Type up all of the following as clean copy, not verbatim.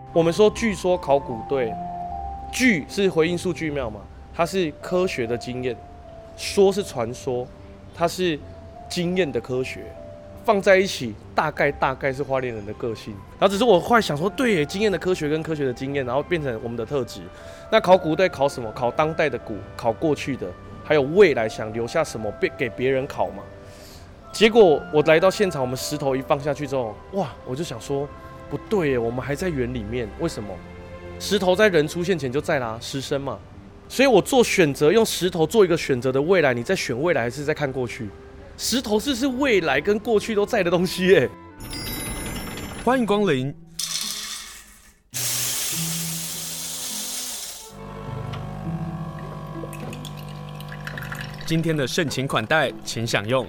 我们说，据说考古队，据是回应数据庙嘛，它是科学的经验，说是传说，它是经验的科学，放在一起，大概是花莲人的个性。然后只是我后来想说，对耶，经验的科学跟科学的经验，然后变成我们的特质。那考古队考什么？考当代的古，考过去的，还有未来想留下什么给别人考嘛。结果我来到现场，我们石头一放下去之后，哇，我就想说，不对耶，我们还在园里面，为什么？石头在人出现前就在啦，石生嘛。所以我做选择，用石头做一个选择的未来，你在选未来还是在看过去？石头是未来跟过去都在的东西耶。 欢迎光临。今天的盛情款待，请享用。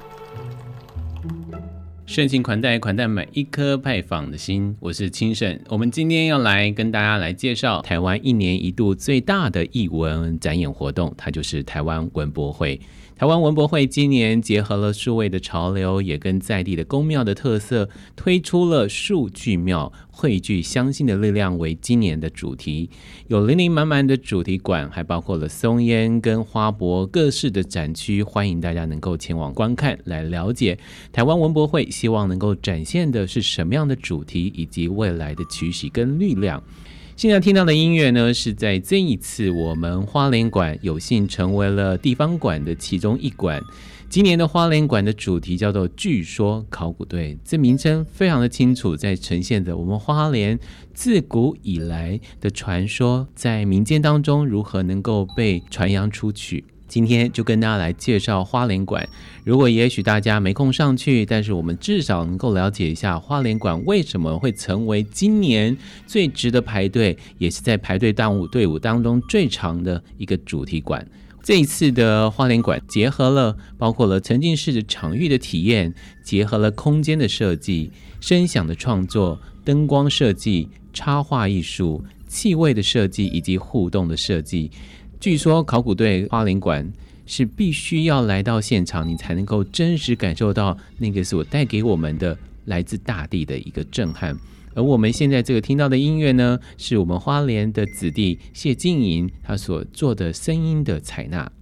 盛情款待，款待每一颗拜访的心。我是清盛，我们今天要来跟大家来介绍台湾一年一度最大的艺文展演活动，它就是台湾文博会。台湾文博会今年结合了数位的潮流，也跟在地的宫庙的特色，推出了数据庙汇聚相信的力量为今年的主题。有琳琳满满的主题馆，还包括了松烟跟花博各式的展区，欢迎大家能够前往观看，来了解台湾文博会希望能够展现的是什么样的主题，以及未来的趋势跟力量。现在听到的音乐呢，是在这一次我们花莲馆有幸成为了地方馆的其中一馆。今年的花莲馆的主题叫做据说考古队，这名称非常的清楚，在呈现着我们花莲自古以来的传说，在民间当中如何能够被传扬出去。今天就跟大家来介绍花莲馆。如果也许大家没空上去，但是我们至少能够了解一下花莲馆为什么会成为今年最值得排队，也是在排队队伍当中最长的一个主题馆。这一次的花莲馆结合了包括了沉浸式的场域的体验，结合了空间的设计、声响的创作、灯光设计、插画艺术、气味的设计以及互动的设计。据说考古队花莲馆是必须要来到现场，你才能够真实感受到那个所带给我们的来自大地的一个震撼。而我们现在这个听到的音乐呢，是我们花莲的子弟谢静莹他所做的声音的采纳。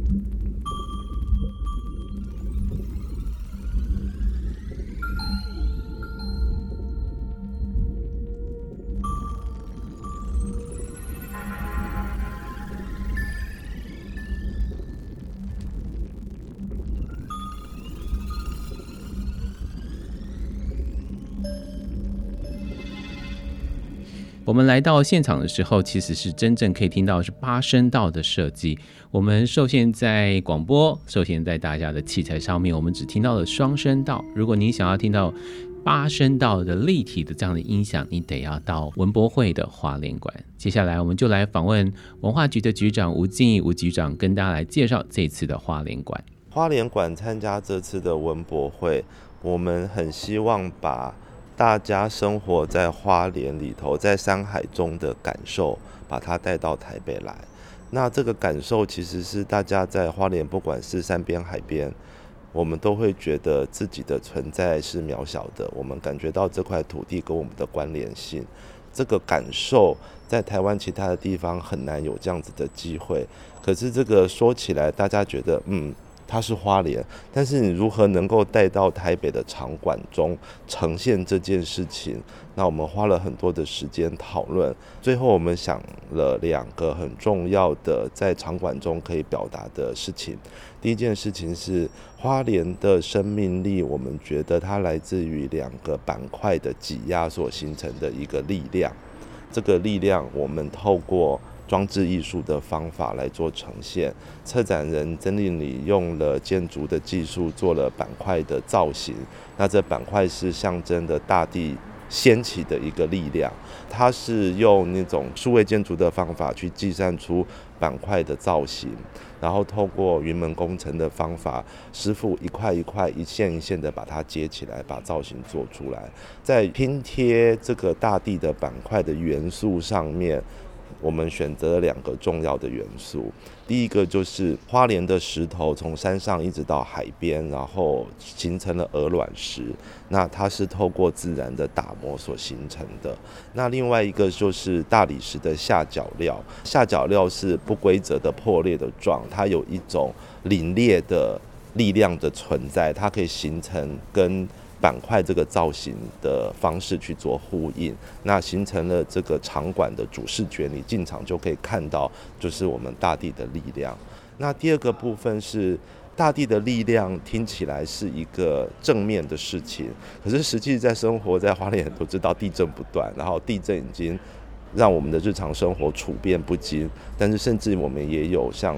我们来到现场的时候，其实是真正可以听到是8声道的设计。我们受限在广播，受限在大家的器材上面，我们只听到了双声道。如果你想要听到8声道的立体的这样的音响，你得要到文博会的花莲馆。接下来我们就来访问文化局的局长吴敬义吴局长，跟大家来介绍这次的花莲馆。 花莲馆参加这次的文博会，我们很希望把大家生活在花莲里头，在山海中的感受，把它带到台北来。那这个感受其实是大家在花莲，不管是山边海边，我们都会觉得自己的存在是渺小的。我们感觉到这块土地跟我们的关联性，这个感受在台湾其他的地方很难有这样子的机会。可是这个说起来，大家觉得它是花莲，但是你如何能够带到台北的场馆中呈现这件事情？那我们花了很多的时间讨论，最后我们想了2个很重要的在场馆中可以表达的事情。第一件事情是花莲的生命力，我们觉得它来自于2个板块的挤压所形成的一个力量。这个力量我们透过装置艺术的方法来做呈现，策展人曾令礼用了建筑的技术做了板块的造型，那这板块是象征的大地掀起的一个力量，它是用那种数位建筑的方法去计算出板块的造型，然后透过云门工程的方法，师傅一块一块一线一线的把它接起来，把造型做出来，在拼贴这个大地的板块的元素上面， 我们选择了2个重要的元素。第一个就是花莲的石头从山上一直到海边，然后形成了鹅卵石，那它是透过自然的打磨所形成的。那另外一个就是大理石的下脚料，下脚料是不规则的破裂的状，它有一种凛冽的力量的存在，它可以形成跟板块这个造型的方式去做呼应，那形成了这个场馆的主视觉，你进场就可以看到就是我们大地的力量。那第二个部分是大地的力量，听起来是一个正面的事情，可是实际在生活在花莲都知道地震不断，然后地震已经让我们的日常生活处变不惊，但是甚至我们也有像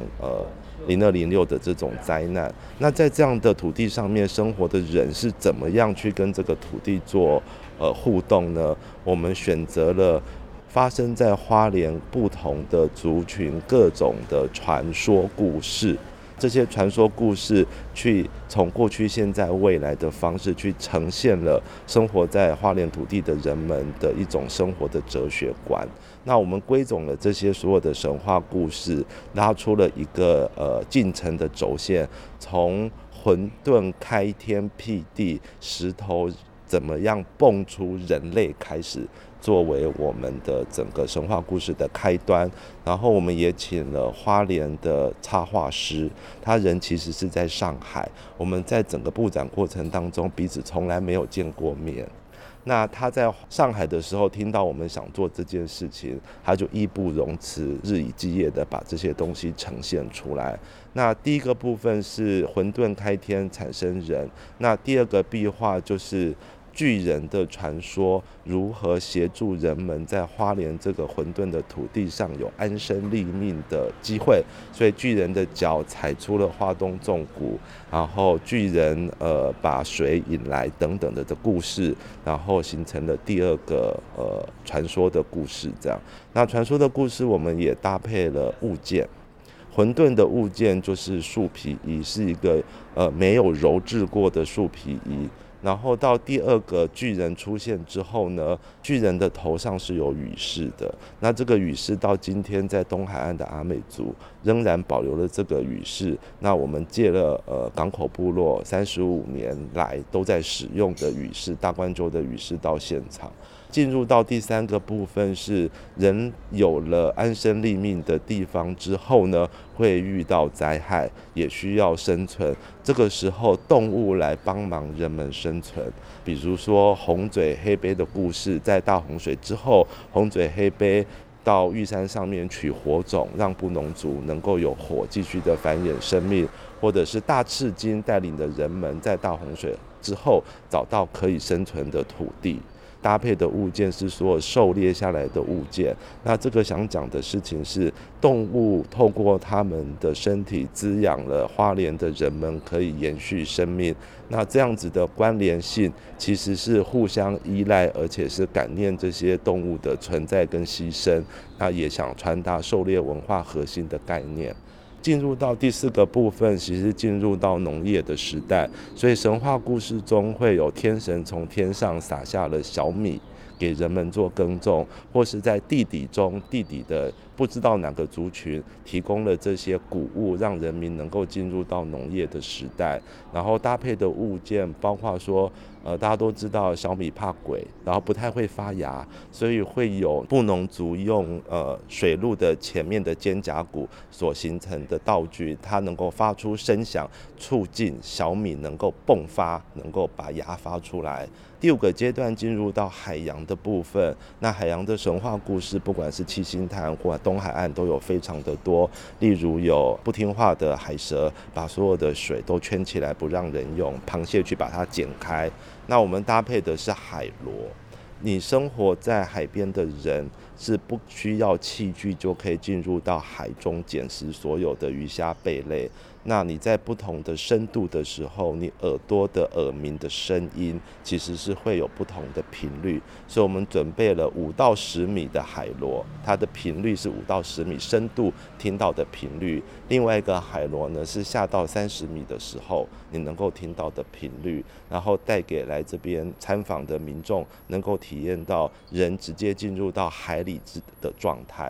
0206的这种灾难。那在这样的土地上面生活的人是怎么样去跟这个土地做互动呢？我们选择了发生在花莲不同的族群各种的传说故事，这些传说故事去从过去、现在、未来的方式去呈现了生活在花莲土地的人们的一种生活的哲学观。那我们归总了这些所有的神话故事，拉出了一个进程的轴线，从混沌开天辟地，石头怎么样蹦出人类开始，作为我们的整个神话故事的开端。然后我们也请了花莲的插画师，他人其实是在上海，我们在整个布展过程当中彼此从来没有见过面。那他在上海的时候听到我们想做这件事情，他就义不容辞，日以继夜的把这些东西呈现出来。那第一个部分是混沌开天产生人，那第二个壁画就是巨人的传说如何协助人们在花莲这个混沌的土地上有安身立命的机会，所以巨人的脚踩出了花东纵谷，然后巨人把水引来等等的故事，然后形成了第二个传说的故事。这样，那传说的故事我们也搭配了物件。混沌的物件就是树皮衣，是一个没有鞣制过的树皮衣。然后到第二个巨人出现之后呢，巨人的头上是有羽饰的，那这个羽饰到今天在东海岸的阿美族仍然保留了这个羽饰。那我们借了港口部落35年来都在使用的羽饰，大冠鸠的羽饰到现场。进入到第三个部分是人有了安身立命的地方之后呢，会遇到灾害，也需要生存。这个时候动物来帮忙人们生存，比如说红嘴黑鳖的故事，在大洪水之后，红嘴黑鳖到玉山上面取火种，让布农族能够有火继续的繁衍生命，或者是大赤金带领的人们在大洪水之后找到可以生存的土地。搭配的物件是所有狩猎下来的物件。那这个想讲的事情是，动物透过他们的身体滋养了花莲的人们，可以延续生命。那这样子的关联性其实是互相依赖，而且是感念这些动物的存在跟牺牲。那也想传达狩猎文化核心的概念。进入到第四个部分，其实进入到农业的时代，所以神话故事中会有天神从天上撒下了小米给人们做耕种，或是在地底中，地底的不知道哪个族群提供了这些谷物，让人民能够进入到农业的时代。然后搭配的物件包括说大家都知道小米怕鬼，然后不太会发芽，所以会有布农族用水路的前面的肩胛骨所形成的道具，它能够发出声响，促进小米能够迸发，能够把芽发出来。第五个阶段进入到海洋的部分，那海洋的神话故事，不管是七星潭或东海岸都有非常的多。例如有不听话的海蛇，把所有的水都圈起来不让人用，螃蟹去把它剪开。那我们搭配的是海螺，你生活在海边的人是不需要器具就可以进入到海中捡拾所有的鱼虾贝类。那你在不同的深度的时候，你耳朵的耳鸣的声音其实是会有不同的频率，所以我们准备了5到10米的海螺，它的频率是5到10米深度听到的频率。另外一个海螺呢，是下到30米的时候你能够听到的频率，然后带给来这边参访的民众能够体验到人直接进入到海里的状态。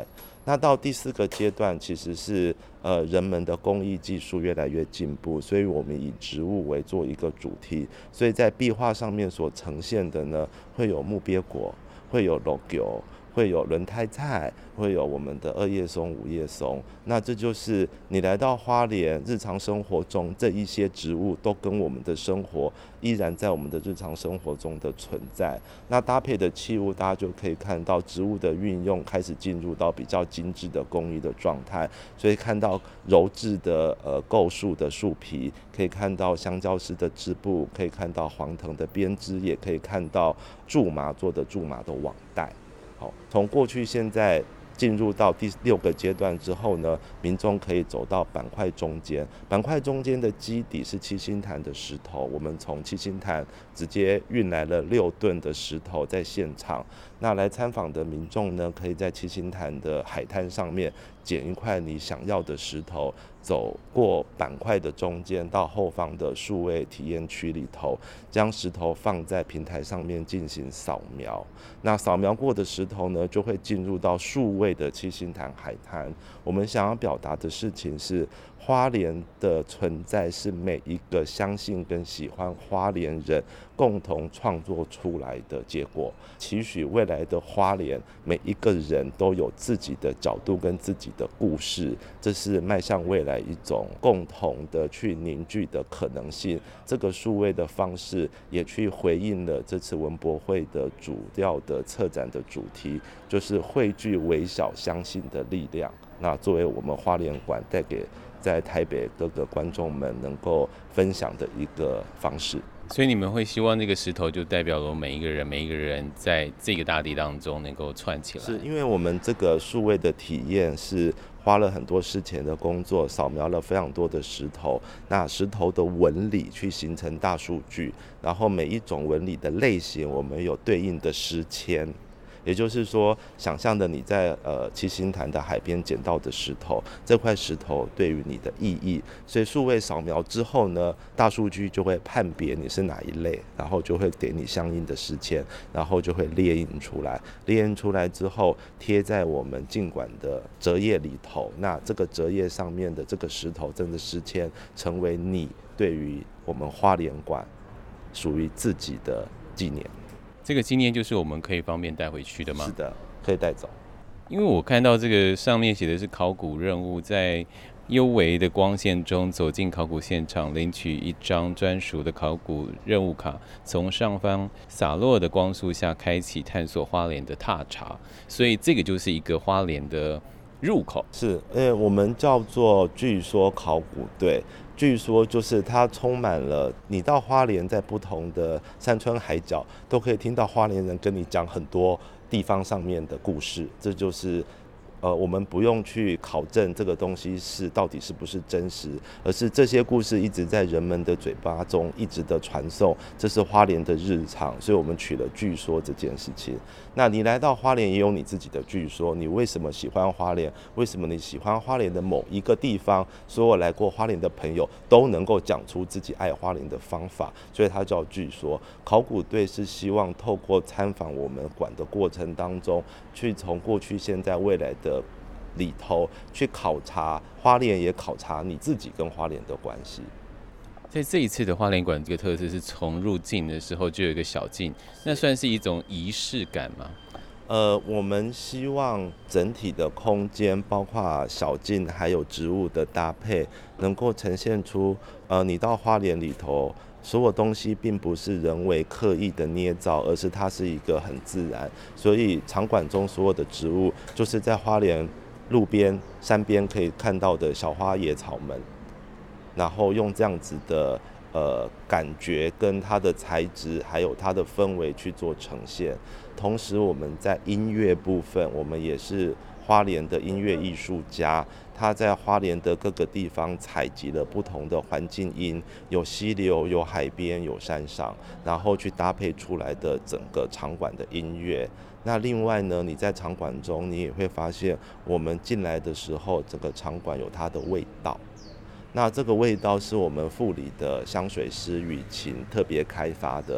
那到第4个阶段，其实是人们的工艺技术越来越进步，所以我们以植物为做一个主题，所以在壁画上面所呈现的呢，会有木鳖果，会有鹿球，会有轮胎菜，会有我们的2叶松、5叶松。那这就是你来到花莲日常生活中，这一些植物都跟我们的生活依然在我们的日常生活中的存在。那搭配的器物，大家就可以看到植物的运用开始进入到比较精致的工艺的状态，所以看到鞣制的构树的树皮，可以看到香蕉丝的织布，可以看到黄藤的编织，也可以看到苎麻做的苎麻的网袋。好，从过去现在进入到第6个阶段之后呢，民众可以走到板块中间。板块中间的基底是七星潭的石头，我们从七星潭直接运来了6吨的石头在现场。那来参访的民众呢，可以在七星潭的海滩上面捡一块你想要的石头，走过板块的中间，到后方的数位体验区里头，将石头放在平台上面进行扫描。那扫描过的石头呢，就会进入到数位的七星潭海滩。我们想要表达的事情是，花莲的存在是每一个相信跟喜欢花莲人共同创作出来的结果。期许未来的花莲，每一个人都有自己的角度跟自己的故事，这是迈向未来一种共同的去凝聚的可能性。这个数位的方式也去回应了这次文博会的主要的策展的主题，就是汇聚微小相信的力量。那作为我们花莲馆带给在台北各个观众们能够分享的一个方式。 所以你们会希望那个石头就代表了每一个人在这个大地当中能够串起来。 是因为我们这个数位的体验是花了很多事前的工作，扫描了非常多的石头，那石头的纹理去形成大数据，然后每一种纹理的类型我们有对应的诗签。也就是说，想象的你在七星潭的海边捡到的石头，这块石头对于你的意义，所以数位扫描之后呢，大数据就会判别你是哪一类，然后就会给你相应的诗签，然后就会列印出来。列印出来之后，贴在我们进馆的折页里头。那这个折页上面的这个石头，真的诗签，成为你对于我们花莲馆属于自己的纪念。 这个纪念就是我们可以方便带回去的吗？ 是的，可以带走。 因为我看到这个上面写的是考古任务，在幽微的光线中走进考古现场，领取一张专属的考古任务卡，从上方洒落的光束下开启探索花莲的踏查，所以这个就是一个花莲的入口。 是，我们叫做据说考古队。据说就是它充满了，你到花莲在不同的山川海角都可以听到花莲人跟你讲很多地方上面的故事，这就是我们不用去考证这个东西到底是不是真实，而是这些故事一直在人们的嘴巴中一直的传颂，这是花莲的日常，所以我们取了据说这件事情。那你来到花莲也有你自己的据说，你为什么喜欢花莲？为什么你喜欢花莲的某一个地方？所有来过花莲的朋友都能够讲出自己爱花莲的方法，所以它叫据说。考古队是希望透过参访我们馆的过程当中，去从过去、现在、未来的里头去考察花莲，也考察你自己跟花莲的关系。 在这一次的花莲馆，这个特色是从入境的时候就有一个小径，那算是一种仪式感吗？ 我们希望整体的空间，包括小径还有植物的搭配，能够呈现出你到花莲里头，所有东西并不是人为刻意的捏造，而是它是一个很自然。所以场馆中所有的植物，就是在花莲路边、山边可以看到的小花野草们，然后用这样子的感觉跟它的材质还有它的氛围去做呈现。同时我们在音乐部分，我们也是花莲的音乐艺术家，他在花莲的各个地方采集了不同的环境音，有溪流，有海边，有山上，然后去搭配出来的整个场馆的音乐。那另外呢，你在场馆中你也会发现，我们进来的时候整个场馆有它的味道，那这个味道是我们富里的香水师雨晴特别开发的。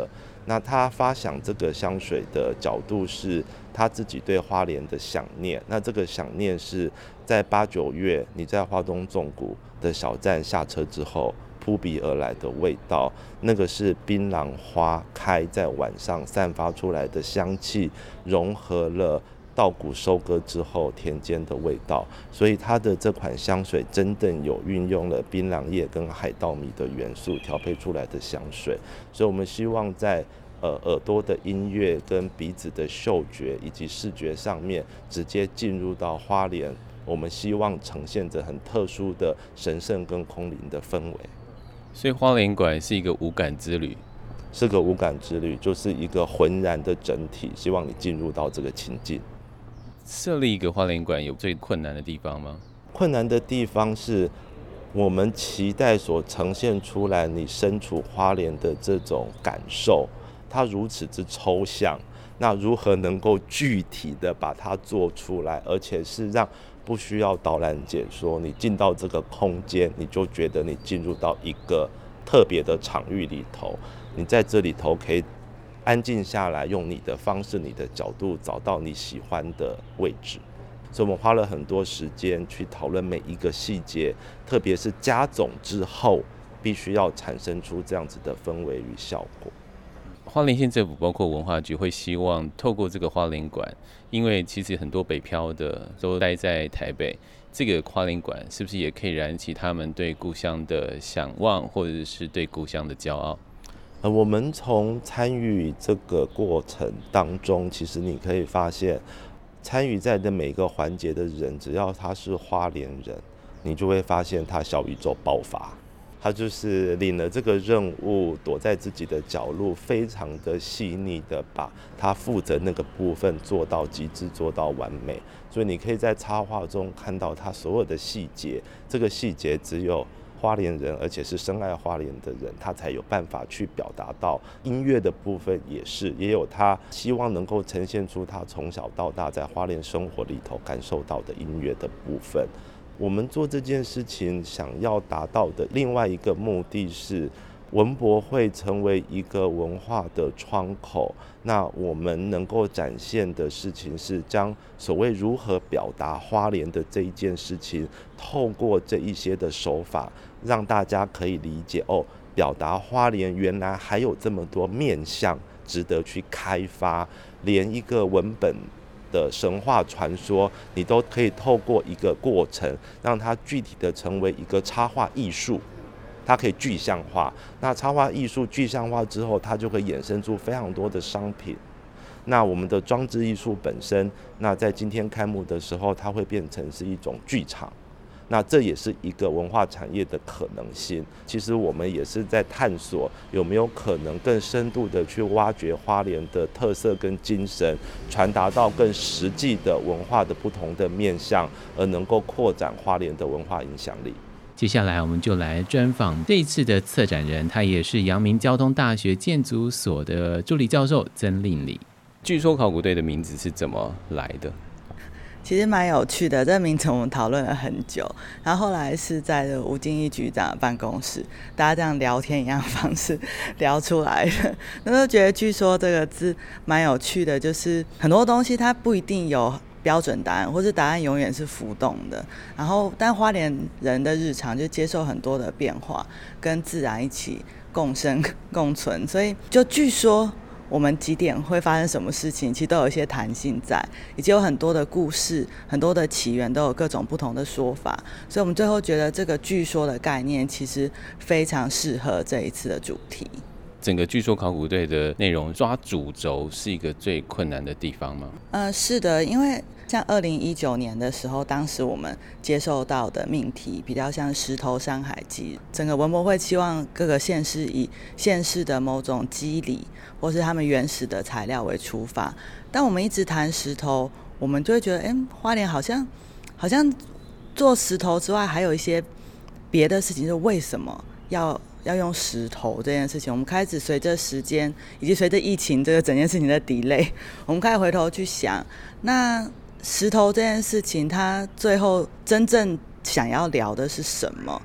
那他发想这个香水的角度是他自己对花莲的想念，那这个想念是在8、9月你在花东纵谷的小站下车之后扑鼻而来的味道，那个是槟榔花开在晚上散发出来的香气，融合了稻谷收割之后田间的味道，所以它的这款香水真正有运用了槟榔叶跟海稻米的元素调配出来的香水，所以我们希望在耳朵的音乐跟鼻子的嗅觉以及视觉上面直接进入到花莲，我们希望呈现着很特殊的神圣跟空灵的氛围。 所以花莲馆是一个五感之旅， 是个五感之旅，就是一个浑然的整体，希望你进入到这个情境。 设立一个花莲馆有最困难的地方吗？ 困难的地方是我们期待所呈现出来你身处花莲的这种感受，它如此之抽象，那如何能够具体的把它做出来，而且是让不需要导览解说，你进到这个空间，你就觉得你进入到一个特别的场域里头，你在这里头可以安静下来，用你的方式、你的角度找到你喜欢的位置。所以我们花了很多时间去讨论每一个细节，特别是加总之后必须要产生出这样子的氛围与效果。 花莲县政府包括文化局会希望透过这个花莲馆，因为其实很多北漂的都待在台北，这个花莲馆是不是也可以燃起他们对故乡的想望，或者是对故乡的骄傲？ 我们从参与这个过程当中，其实你可以发现，参与在的每个环节的人，只要他是花莲人，你就会发现他小宇宙爆发。他就是领了这个任务，躲在自己的角落，非常的细腻的把他负责那个部分做到极致，做到完美。所以你可以在插画中看到他所有的细节，这个细节只有花莲人，而且是深爱花莲的人，他才有办法去表达到。音乐的部分也有他希望能够呈现出他从小到大在花莲生活里头感受到的音乐的部分。我们做这件事情想要达到的另外一个目的是，文博会成为一个文化的窗口，那我们能够展现的事情是将所谓如何表达花莲的这一件事情，透过这一些的手法，让大家可以理解表达花莲原来还有这么多面向值得去开发，连一个文本的神话传说，你都可以透过一个过程，让它具体的成为一个插画艺术，它可以具象化。那插画艺术具象化之后，它就会衍生出非常多的商品。那我们的装置艺术本身，那在今天开幕的时候，它会变成是一种剧场。那这也是一个文化产业的可能性。其实我们也是在探索有没有可能更深度的去挖掘花莲的特色跟精神，传达到更实际的文化的不同的面向，而能够扩展花莲的文化影响力。 接下来我们就来专访这一次的策展人，他也是阳明交通大学建筑所的助理教授曾令礼。据说考古队的名字是怎么来的？ 其实蛮有趣的，这个名字我们讨论了很久，然后后来是在吴敬义局长的办公室，大家这样聊天一样的方式聊出来的。那时候觉得据说这个字蛮有趣的，就是很多东西它不一定有标准答案，或是答案永远是浮动的。然后但花莲人的日常就接受很多的变化，跟自然一起共生共存，所以就据说我们几点会发生什么事情，其实都有一些弹性在，以及有很多的故事，很多的起源都有各种不同的说法，所以我们最后觉得这个据说的概念其实非常适合这一次的主题。 整个据说考古队的内容抓主轴是一个最困难的地方吗？ 是的，因为像2019年的时候，当时我们接受到的命题比较像石头山海记，整个文博会期望各个县市以县市的某种肌理或是他们原始的材料为出发，但我们一直谈石头，我们就会觉得花莲好像做石头之外还有一些别的事情，就是为什么要用石头这件事情，我们开始随着时间以及随着疫情这个整件事情的 delay， 我们开始回头去想，那石头这件事情它最后真正想要聊的是什么？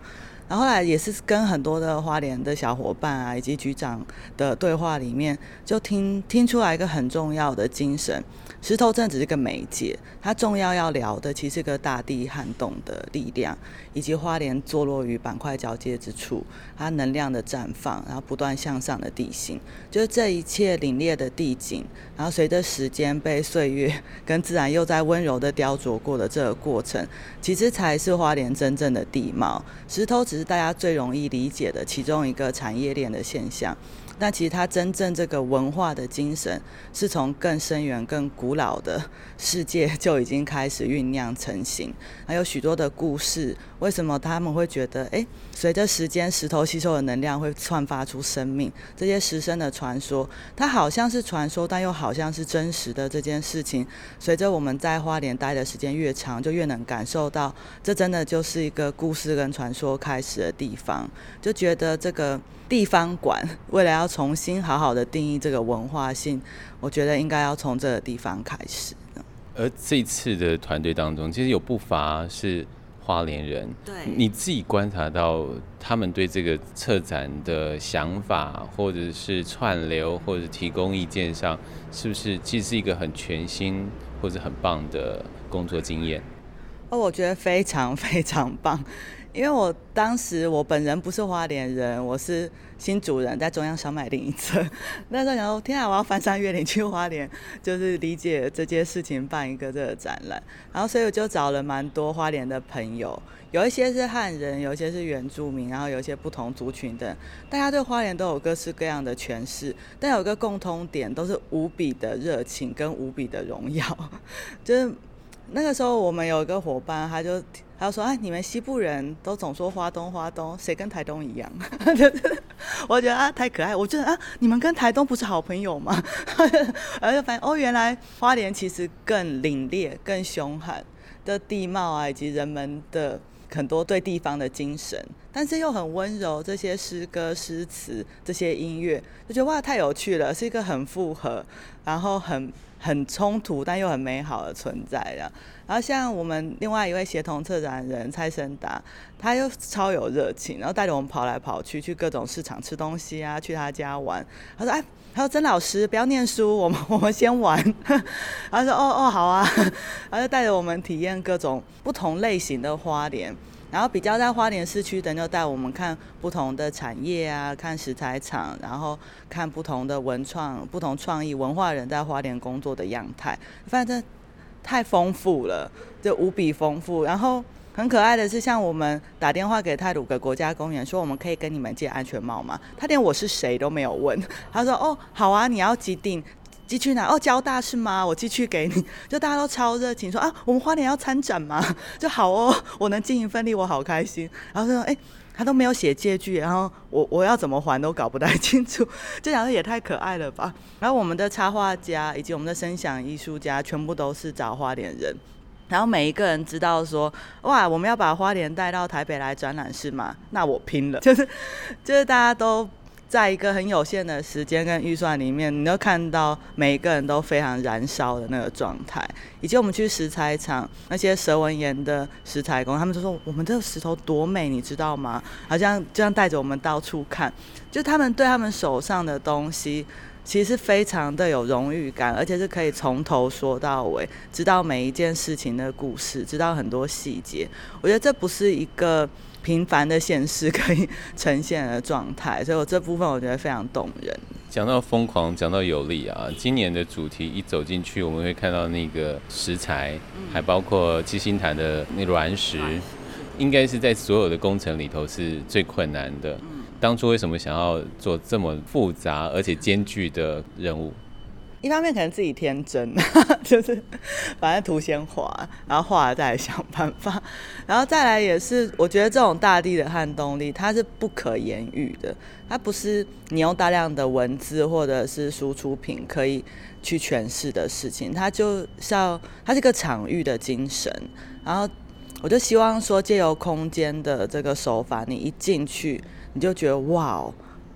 然后后来也是跟很多的花莲的小伙伴啊，以及局长的对话里面，就听出来一个很重要的精神。石头真的只是个媒介，它重要要聊的其实是个大地撼动的力量，以及花莲坐落于板块交界之处，它能量的绽放，然后不断向上的地形，就是这一切凛冽的地景，然后随着时间被岁月跟自然又在温柔的雕琢过的这个过程，其实才是花莲真正的地貌。石头只是大家最容易理解的其中一个产业链的现象，但其实它真正这个文化的精神是从更深远更古老的世界就已经开始酝酿成型。还有许多的故事，为什么他们会觉得随着时间石头吸收的能量会焕发出生命，这些石生的传说它好像是传说但又好像是真实的这件事情，随着我们在花莲待的时间越长，就越能感受到这真的就是一个故事跟传说开始的地方。就觉得这个地方馆为了要重新好好的定义这个文化性，我觉得应该要从这个地方开始。 而这次的团队当中，其实有不乏是花莲人， 对， 你自己观察到他们对这个策展的想法，或者是串流，或者提供意见上，是不是其实是一个很全新或者很棒的工作经验？ 我觉得非常非常棒。因为我当时我本人不是花莲人，我是新竹人，在中央小买另一侧。那时候想说，天啊，我要翻山越岭去花莲，就是理解这件事情，办一个这个展览。然后所以我就找了蛮多花莲的朋友，有一些是汉人，有一些是原住民，然后有一些不同族群的，大家对花莲都有各式各样的诠释，但有一个共通点，都是无比的热情跟无比的荣耀。就是那个时候我们有一个伙伴，他就说，你们西部人都总说花东，谁跟台东一样？我觉得太可爱。我觉得你们跟台东不是好朋友吗？然后就发现原来花莲其实更凛冽、更凶悍的地貌啊，以及人们的很多对地方的精神，但是又很温柔。这些诗歌、诗词，这些音乐，就觉得哇，太有趣了，是一个很复合，然后很冲突但又很美好的存在的。然后像我们另外一位协同策展人蔡生达，他又超有热情，然后带着我们跑来跑去，去各种市场吃东西啊，去他家玩。他说曾老师不要念书，我们先玩。他说好啊，他就带着我们体验各种不同类型的花莲。然后比较在花莲市区的，就带我们看不同的产业啊，看食材厂，然后看不同的文创、不同创意文化人在花莲工作的样态，反正太丰富了，就无比丰富。然后很可爱的是，像我们打电话给太鲁阁国家公园说我们可以跟你们借安全帽吗？他连我是谁都没有问，他说好啊，你要几顶？寄去哪？交大是吗？我寄去给你。就大家都超热情，说我们花莲要参展吗？就好我能尽一份力，我好开心。然后说他都没有写借据，然后我要怎么还都搞不太清楚，就想说也太可爱了吧。然后我们的插画家以及我们的声响艺术家全部都是找花莲人，然后每一个人知道说，哇，我们要把花莲带到台北来展览是吗？那我拼了。就是大家都在一个很有限的时间跟预算里面，你都看到每一个人都非常燃烧的那个状态。以及我们去石材厂，那些蛇纹岩的石材工，他们就说我们这个石头多美，你知道吗？好像这样带着我们到处看，就他们对他们手上的东西其实非常的有荣誉感，而且是可以从头说到尾，知道每一件事情的故事，知道很多细节。我觉得这不是一个平凡的现实可以呈现的状态，所以我这部分我觉得非常动人。 讲到疯狂，讲到有力啊！今年的主题一走进去，我们会看到那个石材，还包括七星潭的那卵石，应该是在所有的工程里头是最困难的。当初为什么想要做这么复杂而且艰巨的任务？ 一方面可能自己天真，就是反正图先画，然后画了再来想办法，然后再来也是我觉得这种大地的撼动力它是不可言喻的，它不是你用大量的文字或者是输出品可以去诠释的事情，它是一个场域的精神。然后我就希望说借由空间的这个手法，你一进去你就觉得哇，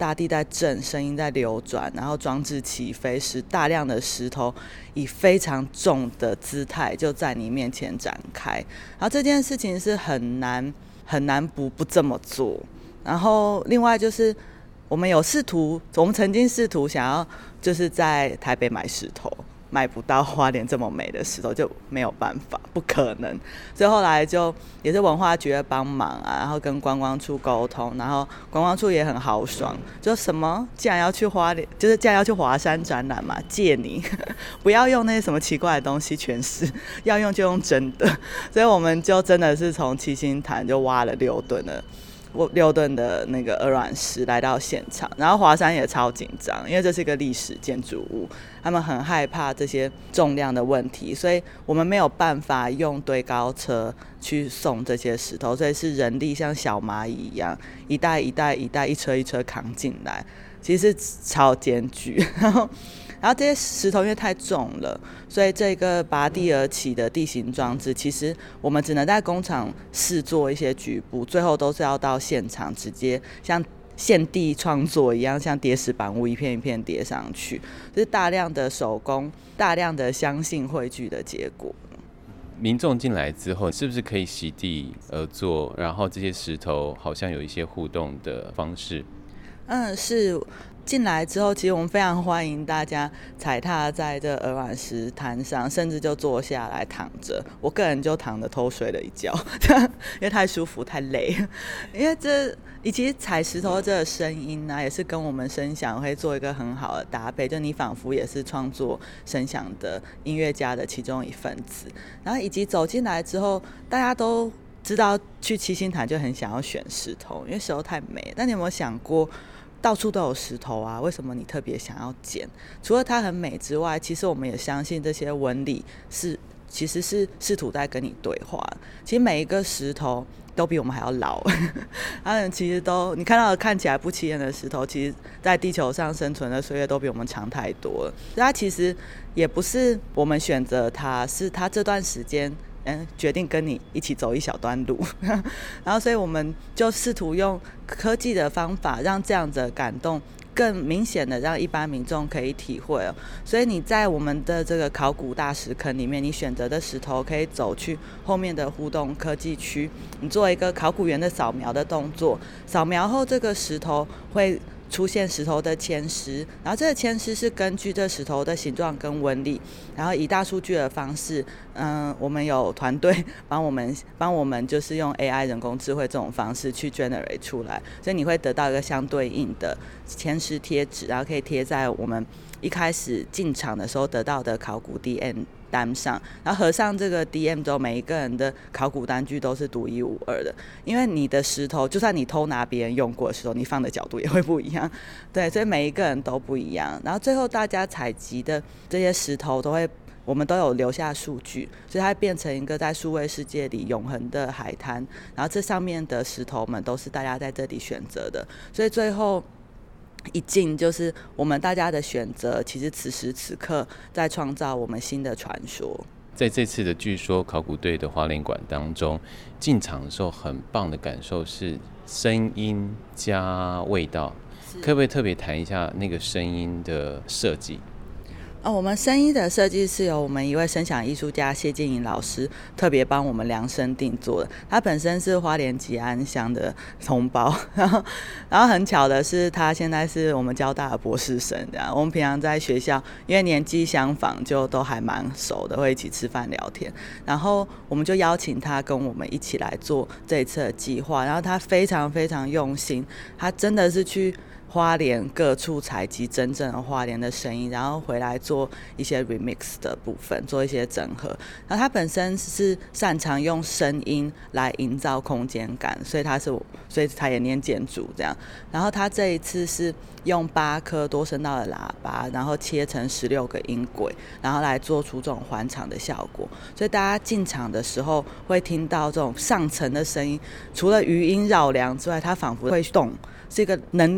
大地在震，声音在流转，然后装置起飞，使大量的石头以非常重的姿态就在你面前展开。然后这件事情是很难不这么做。然后另外就是我们曾经试图想要就是在台北买石头，买不到花莲这么美的石头，就没有办法，不可能。所以后来就也是文化局的帮忙啊，然后跟观光处沟通，然后观光处也很豪爽，就什么既然要去花莲，就是既然要去华山展览嘛，借你不要用那些什么奇怪的东西诠释，要用就用真的。所以我们就真的是从七星潭就挖了6吨的那个鹅卵石来到现场，然后华山也超紧张，因为这是一个历史建筑物，他们很害怕这些重量的问题，所以我们没有办法用堆高车去送这些石头，所以是人力像小蚂蚁一样，一袋一袋一袋，一车一车扛进来，其实是超艰巨。然后这些石头因为太重了，所以这个拔地而起的地形装置，其实我们只能在工厂试做一些局部，最后都是要到现场直接像现地创作一样，像叠石板屋一片一片叠上去，就是大量的手工，大量的相信汇聚的结果。 民众进来之后，是不是可以席地而坐？然后这些石头好像有一些互动的方式。 是。进来之后，其实我们非常欢迎大家踩踏在这鹅卵石滩上，甚至就坐下来躺着。我个人就躺着偷睡了一觉，因为太舒服太累。因为以及踩石头这个声音呢，也是跟我们声响会做一个很好的搭配，就你仿佛也是创作声响的音乐家的其中一份子。然后以及走进来之后，大家都知道去七星潭就很想要选石头，因为石头太美。但你有没有想过？到处都有石头啊，为什么你特别想要捡？除了它很美之外，其实我们也相信这些纹理其实是试图在跟你对话。其实每一个石头都比我们还要老，它们其实你看到的看起来不起眼的石头，其实在地球上生存的岁月都比我们长太多了。它其实也不是我们选择它，是它这段时间决定跟你一起走一小段路然后所以我们就试图用科技的方法让这样的感动更明显的让一般民众可以体会所以你在我们的这个考古大石坑里面，你选择的石头可以走去后面的互动科技区，你做一个考古员的扫描的动作，扫描后这个石头会出现石头的签诗，然后这个签诗是根据这石头的形状跟纹理，然后以大数据的方式，我们有团队帮我们就是用 AI 人工智慧这种方式去 generate 出来，所以你会得到一个相对应的签诗贴纸，然后可以贴在我们一开始进场的时候得到的考古 DM单上，然后合上这个 DM 之后，每一个人的考古单据都是独一无二的，因为你的石头就算你偷拿别人用过的石头，你放的角度也会不一样，对，所以每一个人都不一样。然后最后大家采集的这些石头我们都有留下数据，所以它变成一个在数位世界里永恒的海滩，然后这上面的石头们都是大家在这里选择的，所以最后一进就是我们大家的选择，其实此时此刻在创造我们新的传说。 在这次的据说考古队的花莲馆当中，进场的时候很棒的感受是声音加味道，可不可以特别谈一下那个声音的设计？ 我们声音的设计是由我们一位声响艺术家谢静颖老师特别帮我们量身定做的。他本身是花莲吉安乡的同胞，然后很巧的是，他现在是我们交大的博士生。这样，我们平常在学校，因为年纪相仿，就都还蛮熟的，会一起吃饭聊天。然后我们就邀请他跟我们一起来做这一次的计划。然后他非常非常用心，他真的是去花莲各处采集真正的花莲的声音，然后回来做一些 remix 的部分，做一些整合。然后他本身是擅长用声音来营造空间感，所以他也念建筑这样。然后他这一次是用8颗多声道的喇叭，然后切成16个音轨，然后来做出这种环场的效果。所以大家进场的时候会听到这种上层的声音，除了余音绕梁之外，它仿佛会动，是一个能量的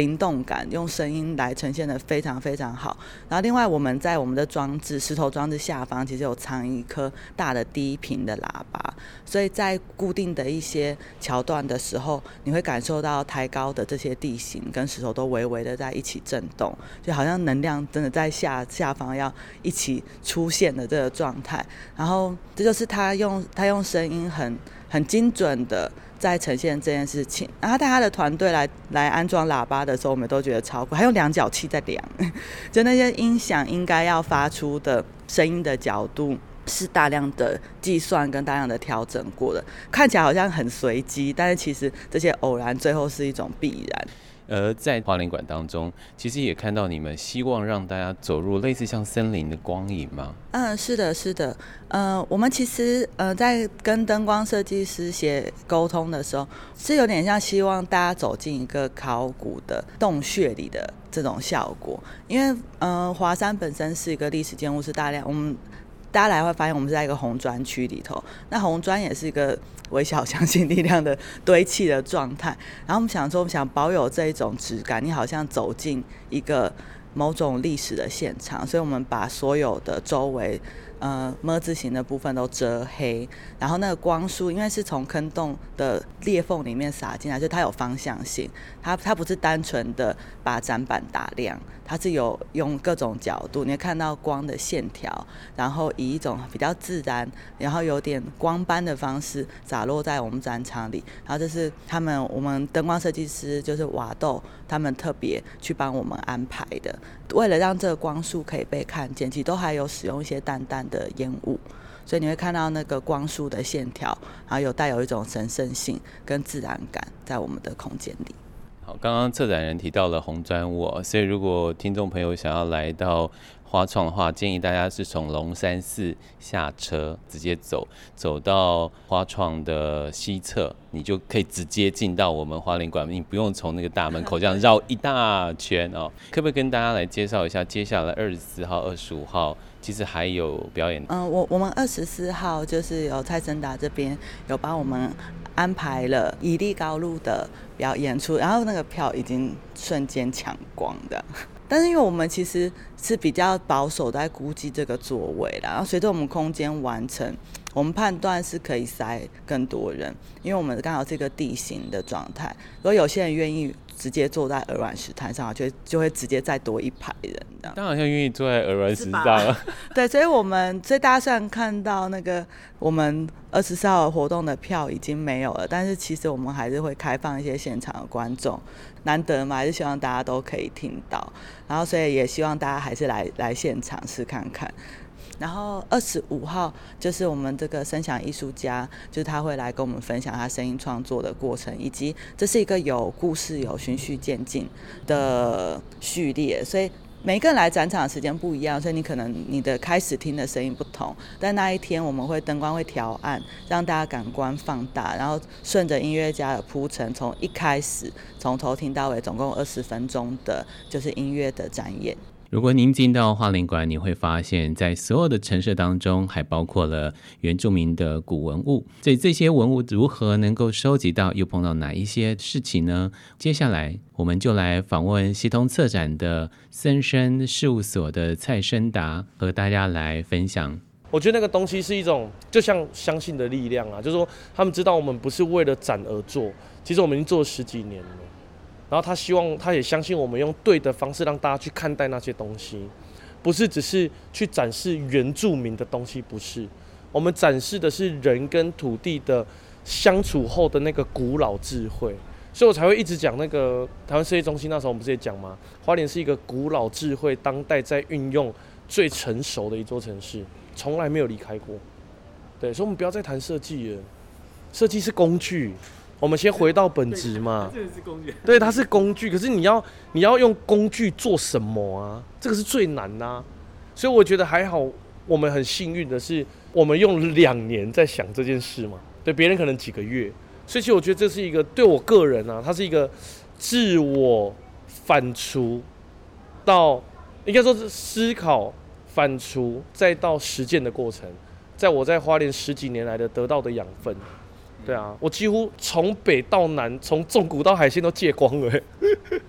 灵动感，用声音来呈现的非常非常好。然后另外我们在我们的装置石头装置下方其实有藏一颗大的低频的喇叭，所以在固定的一些桥段的时候，你会感受到抬高的这些地形跟石头都微微的在一起震动，就好像能量真的在下方要一起出现的这个状态。然后这就是他用声音很精准的在呈现这件事情。然后带他的团队来安装喇叭的时候，我们都觉得超酷，还用量角器在量，就那些音响应该要发出的声音的角度是大量的计算跟大量的调整过的，看起来好像很随机，但是其实这些偶然最后是一种必然。 在花莲馆当中，其实也看到你们希望让大家走入类似像森林的光影吗？ 是的，是的。我们其实在跟灯光设计师沟通的时候，是有点像希望大家走进一个考古的洞穴里的这种效果。因为华山本身是一个历史建筑，是大家来会发现我们是在一个红砖区里头，那红砖也是一个微小相信力量的堆砌的状态。然后我们想说，我们想保有这一种质感，你好像走进一个某种历史的现场，所以我们把所有的周围么字形的部分都遮黑，然后那个光束因为是从坑洞的裂缝里面洒进来，所以它有方向性，它不是单纯的把展板打亮，它是有用各种角度，你会看到光的线条，然后以一种比较自然，然后有点光斑的方式洒落在我们展场里。然后这是我们灯光设计师就是瓦豆他们特别去帮我们安排的，为了让这个光束可以被看见，其实都还有使用一些淡淡的烟雾，所以你会看到那个光束的线条，然后带有一种神圣性跟自然感在我们的空间里。 好，刚刚策展人提到了红砖屋，所以如果听众朋友想要来到花创的话，建议大家是从龙山寺下车，直接走到花创的西侧，你就可以直接进到我们花莲馆，你不用从那个大门口这样绕一大圈哦。可不可以跟大家来介绍一下，接下来24号、25号其实还有表演？ 我们24号就是有蔡森达这边有帮我们安排了以立高路的表演出，然后那个票已经瞬间抢光的。但是因为我们其实是比较保守在估计这个座位啦，然后随着我们空间完成，我们判断是可以塞更多人，因为我们刚好是一个地形的状态，如果有些人愿意直接坐在鹅卵石滩上，就会直接再多一排人这样。 当然好像愿意坐在鹅卵石上。 对，所以大家虽然看到那个我们24号活动的票已经没有了，但是其实我们还是会开放一些现场的观众，难得嘛，还是希望大家都可以听到，然后所以也希望大家还是来现场试看看。然后25号就是我们这个声响艺术家，就是他会来跟我们分享他声音创作的过程，以及这是一个有故事、有循序渐进的序列，所以每个人来展场的时间不一样，所以你的开始听的声音不同，但那一天我们灯光会调暗，让大家感官放大，然后顺着音乐家的铺陈，从一开始从头听到尾，总共20分钟的就是音乐的展演。 如果您进到花莲馆，你会发现在所有的陈设当中还包括了原住民的古文物，所以这些文物如何能够收集到，又碰到哪一些事情呢？接下来我们就来访问协同策展的森生事务所的蔡生达，和大家来分享。 我觉得那个东西是一种就像相信的力量啊，就是说他们知道我们不是为了展而做，其实我们已经做了10几年了，然后他也相信我们用对的方式让大家去看待那些东西，不是只是去展示原住民的东西，不是，我们展示的是人跟土地的相处后的那个古老智慧，所以我才会一直讲那个台湾设计中心，那时候我们不是也讲吗？花莲是一个古老智慧当代在运用最成熟的一座城市，从来没有离开过。对，所以我们不要再谈设计了，设计是工具。我们先回到本质嘛， 这是工具， 对，它是工具，可是你要用工具做什么啊？这个是最难的啊。所以我觉得还好，我们很幸运的是，我们用2年在想这件事嘛，对，别人可能几个月。所以其实我觉得这是一个对我个人啊，它是一个自我反刍到应该说是思考反刍再到实践的过程，在我在花莲10几年来的得到的养分。对啊，我几乎从北到南，从纵谷到海线都借光了。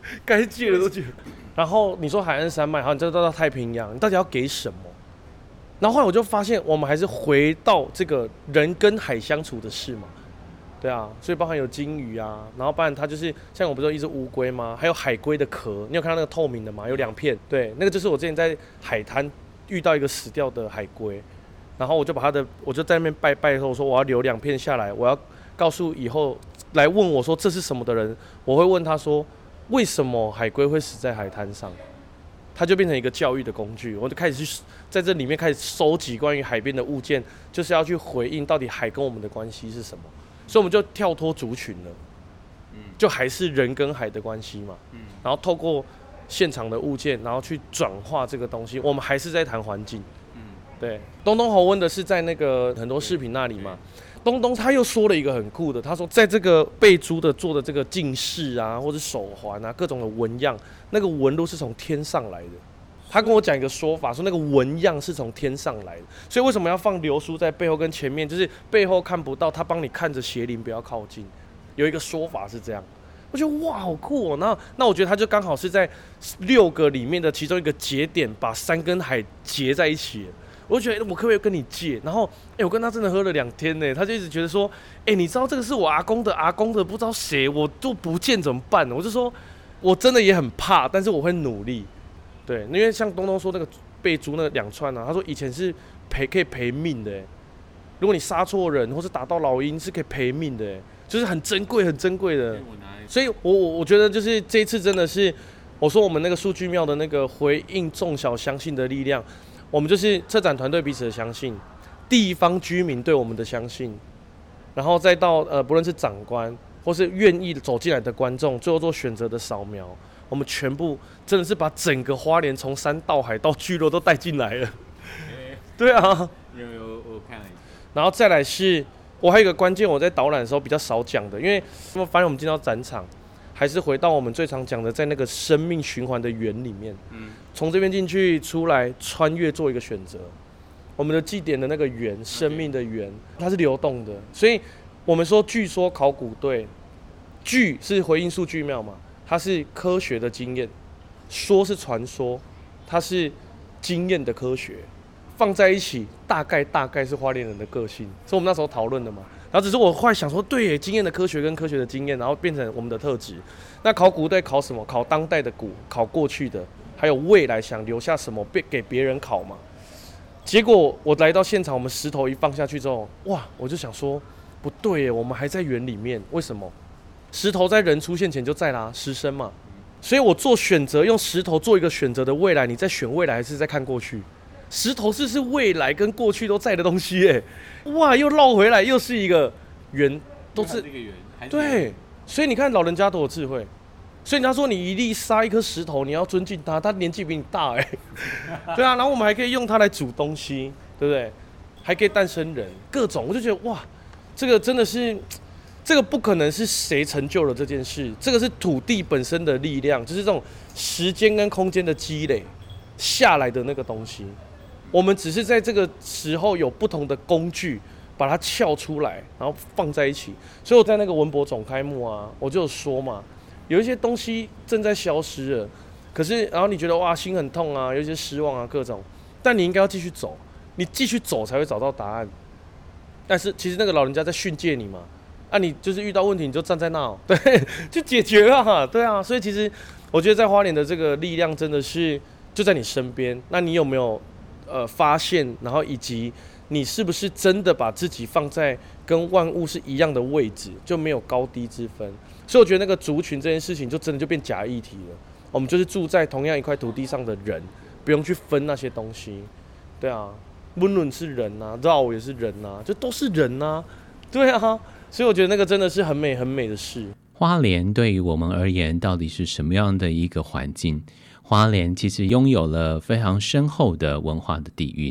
该戒的都戒。然后你说海岸山脉，好，你再到太平洋，你到底要给什么？然后后来我就发现，我们还是回到这个人跟海相处的事嘛。对啊，所以包含有金鱼啊，然后包含它就是像我不是有一只乌龟吗？还有海龟的壳，你有看到那个透明的吗？有2片，对，那个就是我之前在海滩遇到一个死掉的海龟，然后我就在那边拜托说我要留2片下来，我要告诉以后来问我说这是什么的人，我会问他说为什么海龟会死在海滩上，它就变成一个教育的工具，我就开始去在这里面开始收集关于海边的物件，就是要去回应到底海跟我们的关系是什么。所以我们就跳脱族群了，就还是人跟海的关系嘛，然后透过现场的物件，然后去转化这个东西，我们还是在谈环境，对。东东侯问的是在那个很多视频那里嘛，东东他又说了一个很酷的，他说在这个贝珠的做的这个镜饰啊，或者手环啊，各种的纹样，那个纹路是从天上来的。他跟我讲一个说法，说那个纹样是从天上来的，所以为什么要放流苏在背后跟前面，就是背后看不到，他帮你看着邪灵不要靠近。有一个说法是这样，我觉得哇好酷哦。那我觉得他就刚好是在6个里面的其中一个节点，把山跟海结在一起。我就觉得我可不可以跟你借？然后我跟他真的喝了2天呢，他就一直觉得说，你知道这个是我阿公的不知道谁，我都不见怎么办？我就说我真的也很怕，但是我会努力。对，因为像东东说那个贝珠那2串啊，他说以前是可以赔命的，如果你杀错人或是打到老鹰是可以赔命的，就是很珍贵的。所以我觉得就是这一次真的是，我说我们那个数据庙的那个回应众小相信的力量，我们就是策展团队彼此的相信，地方居民对我们的相信，然后再到不论是长官或是愿意走进来的观众，最后做选择的扫描。我们全部真的是把整个花莲从山到海到聚落都带进来了，对啊， 我看了一下。 然后再来是，我还有一个关键，我在导览的时候比较少讲的，因为发现我们进到展场，还是回到我们最常讲的，在那个生命循环的圆里面，从这边进去出来，穿越做一个选择。我们的祭典的那个圆，生命的圆，它是流动的，所以我们说，据说考古队，据是回应数据庙嘛。它是科学的经验，说是传说，它是经验的科学，放在一起大概是花莲人的个性，是我们那时候讨论的嘛。然后只是我后来想说，对耶，经验的科学跟科学的经验，然后变成我们的特质。那考古队考什么？考当代的古，考过去的，还有未来想留下什么给别人考嘛。结果我来到现场，我们石头一放下去之后，哇，我就想说，不对耶，我们还在园里面，为什么？石头在人出现前就在啦，石生嘛，所以我做选择，用石头做一个选择的未来，你在选未来还是在看过去？石头是未来跟过去都在的东西耶，哇，又绕回来，又是一个圆，都是这个圆，对，所以你看老人家都有智慧，所以人家说你一粒杀一颗石头，你要尊敬他，他年纪比你大哎，对啊，然后我们还可以用它来煮东西，对不对？还可以诞生人，各种，我就觉得哇，这个真的是。这个不可能是谁成就了这件事，这个是土地本身的力量，就是这种时间跟空间的积累下来的那个东西。我们只是在这个时候有不同的工具把它撬出来，然后放在一起。所以我在那个文博总开幕啊，我就有说嘛，有一些东西正在消失了，可是然后你觉得哇心很痛啊，有一些失望啊各种，但你应该要继续走，你继续走才会找到答案。但是其实那个老人家在训诫你嘛。你就是遇到问题你就站在那，对，就解决了，对啊，所以其实我觉得在花莲的这个力量真的是就在你身边。那你有没有发现，然后以及你是不是真的把自己放在跟万物是一样的位置，就没有高低之分？所以我觉得那个族群这件事情就真的就变假议题了。我们就是住在同样一块土地上的人，不用去分那些东西，对啊，温润是人啊，绕也是人啊，就都是人啊，对啊。所以我觉得那个真的是很美很美的事。 花莲对于我们而言到底是什么样的一个环境？花莲其实拥有了非常深厚的文化的底蕴。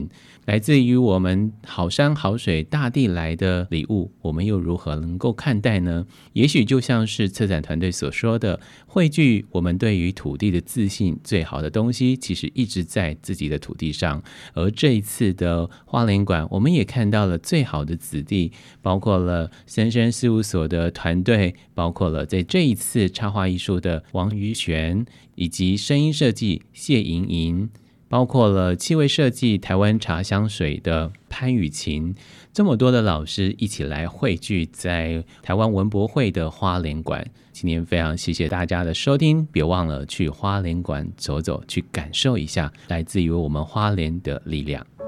来自于我们好山好水大地来的礼物，我们又如何能够看待呢？也许就像是策展团队所说的，汇聚我们对于土地的自信，最好的东西其实一直在自己的土地上。而这一次的花莲馆，我们也看到了最好的子弟，包括了森山事务所的团队，包括了在这一次插画艺术的王于璇，以及声音设计谢莹莹，包括了气味设计台湾茶香水的潘雨晴，这么多的老师一起来汇聚在台湾文博会的花莲馆。今天非常谢谢大家的收听，别忘了去花莲馆走走，去感受一下来自于我们花莲的力量。